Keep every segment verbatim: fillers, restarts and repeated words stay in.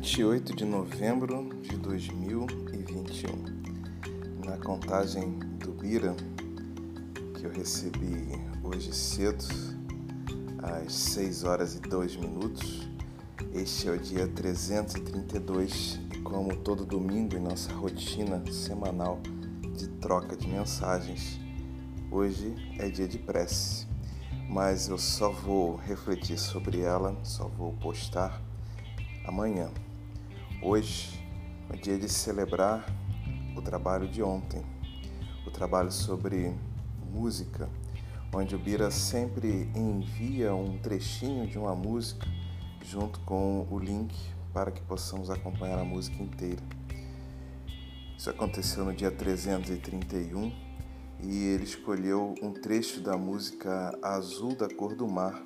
vinte e oito de novembro de dois mil e vinte e um. Na contagem do Bira, que eu recebi hoje cedo, às seis horas e dois minutos, este é o dia trezentos e trinta e dois e, como todo domingo em nossa rotina semanal de troca de mensagens, hoje é dia de prece, mas eu só vou refletir sobre ela, só vou postar amanhã. Hoje é dia de celebrar o trabalho de ontem, o trabalho sobre música, onde o Bira sempre envia um trechinho de uma música junto com o link para que possamos acompanhar a música inteira. Isso aconteceu no dia trezentos e trinta e um e ele escolheu um trecho da música Azul da Cor do Mar,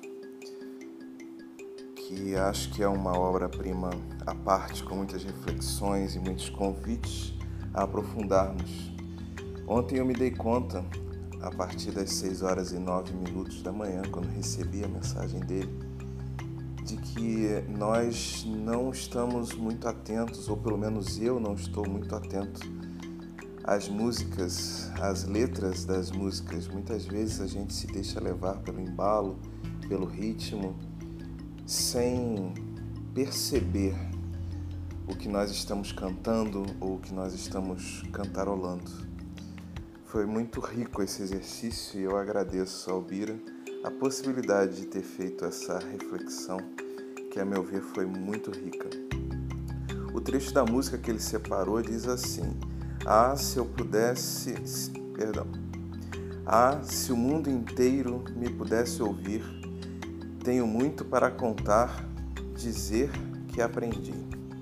que acho que é uma obra-prima à parte, com muitas reflexões e muitos convites a aprofundarmos. Ontem eu me dei conta, a partir das seis horas e nove minutos da manhã, quando recebi a mensagem dele, de que nós não estamos muito atentos, ou pelo menos eu não estou muito atento às músicas, às letras das músicas. Muitas vezes a gente se deixa levar pelo embalo, pelo ritmo, sem perceber o que nós estamos cantando ou o que nós estamos cantarolando. Foi muito rico esse exercício e eu agradeço ao Bira a possibilidade de ter feito essa reflexão, que a meu ver foi muito rica. O trecho da música que ele separou diz assim: Ah, se eu pudesse... Perdão. Ah, se o mundo inteiro me pudesse ouvir, tenho muito para contar, dizer que aprendi.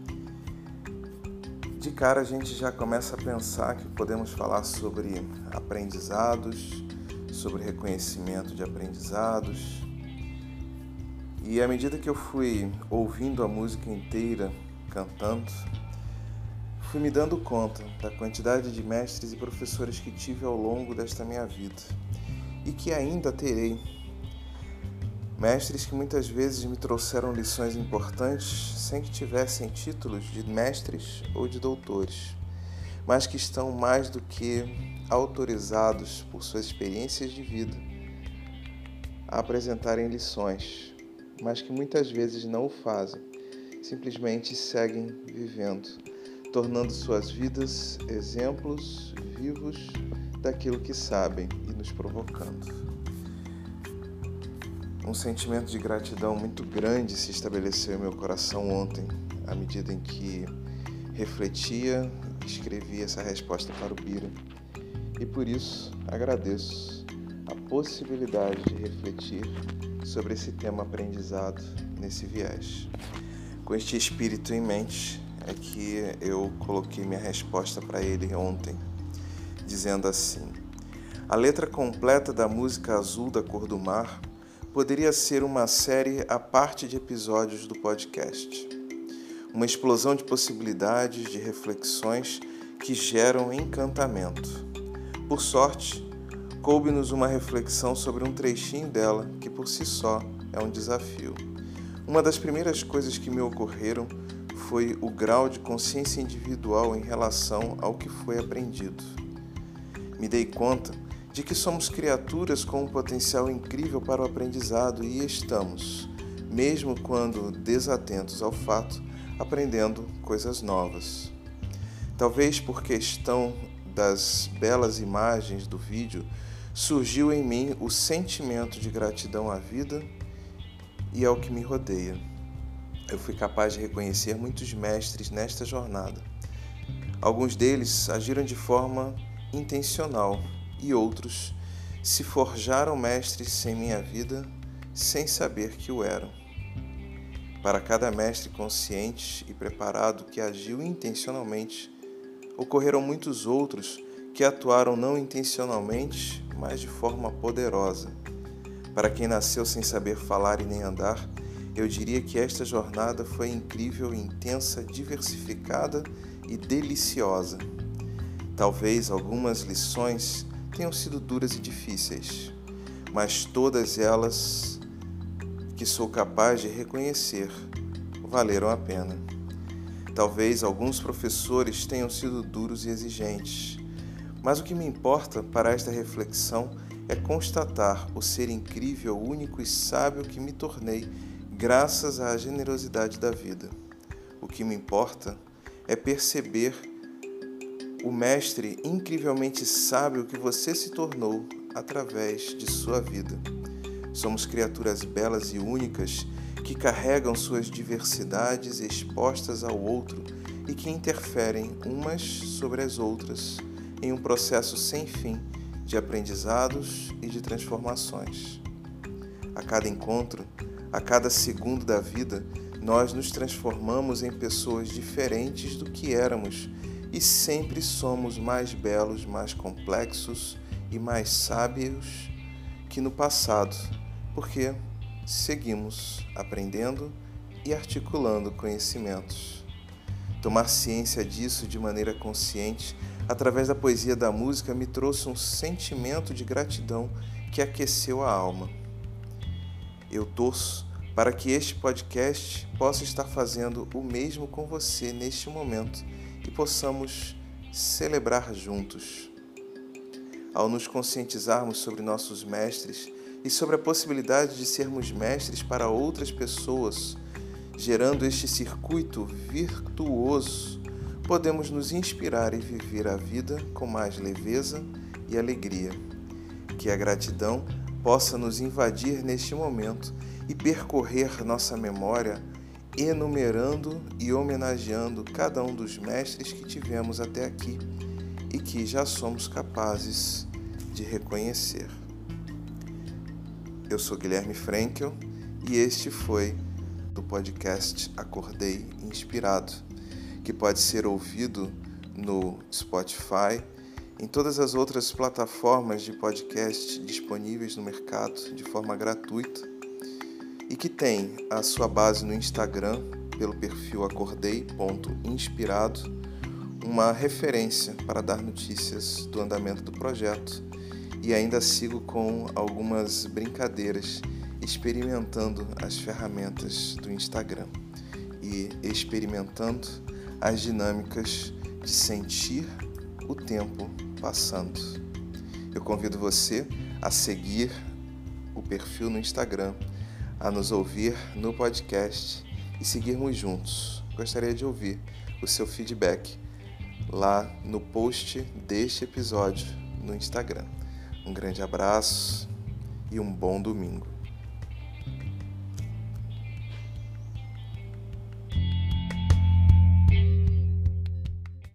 De cara a gente já começa a pensar que podemos falar sobre aprendizados, sobre reconhecimento de aprendizados. E à medida que eu fui ouvindo a música inteira, cantando, fui me dando conta da quantidade de mestres e professores que tive ao longo desta minha vida e que ainda terei. Mestres que muitas vezes me trouxeram lições importantes sem que tivessem títulos de mestres ou de doutores, mas que estão mais do que autorizados por suas experiências de vida a apresentarem lições, mas que muitas vezes não o fazem, simplesmente seguem vivendo, tornando suas vidas exemplos vivos daquilo que sabem e nos provocando. Um sentimento de gratidão muito grande se estabeleceu em meu coração ontem, à medida em que refletia e escrevia essa resposta para o Bira. E por isso agradeço a possibilidade de refletir sobre esse tema aprendizado nesse viés. Com este espírito em mente é que eu coloquei minha resposta para ele ontem, dizendo assim: a letra completa da música Azul da Cor do Mar poderia ser uma série à parte de episódios do podcast. Uma explosão de possibilidades, de reflexões que geram encantamento. Por sorte, coube-nos uma reflexão sobre um trechinho dela que por si só é um desafio. Uma das primeiras coisas que me ocorreram foi o grau de consciência individual em relação ao que foi aprendido. Me dei conta de que somos criaturas com um potencial incrível para o aprendizado e estamos, mesmo quando desatentos ao fato, aprendendo coisas novas. Talvez por questão das belas imagens do vídeo, surgiu em mim o sentimento de gratidão à vida e ao que me rodeia. Eu fui capaz de reconhecer muitos mestres nesta jornada. Alguns deles agiram de forma intencional, e outros se forjaram mestres em minha vida sem saber que o eram. Para cada mestre consciente e preparado que agiu intencionalmente, ocorreram muitos outros que atuaram não intencionalmente, mas de forma poderosa. Para quem nasceu sem saber falar e nem andar, eu diria que esta jornada foi incrível, intensa, diversificada e deliciosa. Talvez algumas lições tenham sido duras e difíceis, mas todas elas que sou capaz de reconhecer valeram a pena. Talvez alguns professores tenham sido duros e exigentes, mas o que me importa para esta reflexão é constatar o ser incrível, único e sábio que me tornei graças à generosidade da vida. O que me importa é perceber o mestre incrivelmente sábio que você se tornou através de sua vida. Somos criaturas belas e únicas que carregam suas diversidades expostas ao outro e que interferem umas sobre as outras em um processo sem fim de aprendizados e de transformações. A cada encontro, a cada segundo da vida, nós nos transformamos em pessoas diferentes do que éramos e sempre somos mais belos, mais complexos e mais sábios que no passado, porque seguimos aprendendo e articulando conhecimentos. Tomar ciência disso de maneira consciente, através da poesia da música, me trouxe um sentimento de gratidão que aqueceu a alma. Eu torço para que este podcast possa estar fazendo o mesmo com você neste momento e possamos celebrar juntos. Ao nos conscientizarmos sobre nossos mestres e sobre a possibilidade de sermos mestres para outras pessoas, gerando este circuito virtuoso, podemos nos inspirar e viver a vida com mais leveza e alegria. Que a gratidão possa nos invadir neste momento e percorrer nossa memória, enumerando e homenageando cada um dos mestres que tivemos até aqui e que já somos capazes de reconhecer. Eu sou Guilherme Frankel e este foi do podcast Acordei Inspirado, que pode ser ouvido no Spotify, em todas as outras plataformas de podcast disponíveis no mercado de forma gratuita e que tem a sua base no Instagram, pelo perfil acordei ponto inspirado, uma referência para dar notícias do andamento do projeto, e ainda sigo com algumas brincadeiras experimentando as ferramentas do Instagram e experimentando as dinâmicas de sentir o tempo passando. Eu convido você a seguir o perfil no Instagram, a nos ouvir no podcast e seguirmos juntos. Gostaria de ouvir o seu feedback lá no post deste episódio no Instagram. Um grande abraço e um bom domingo.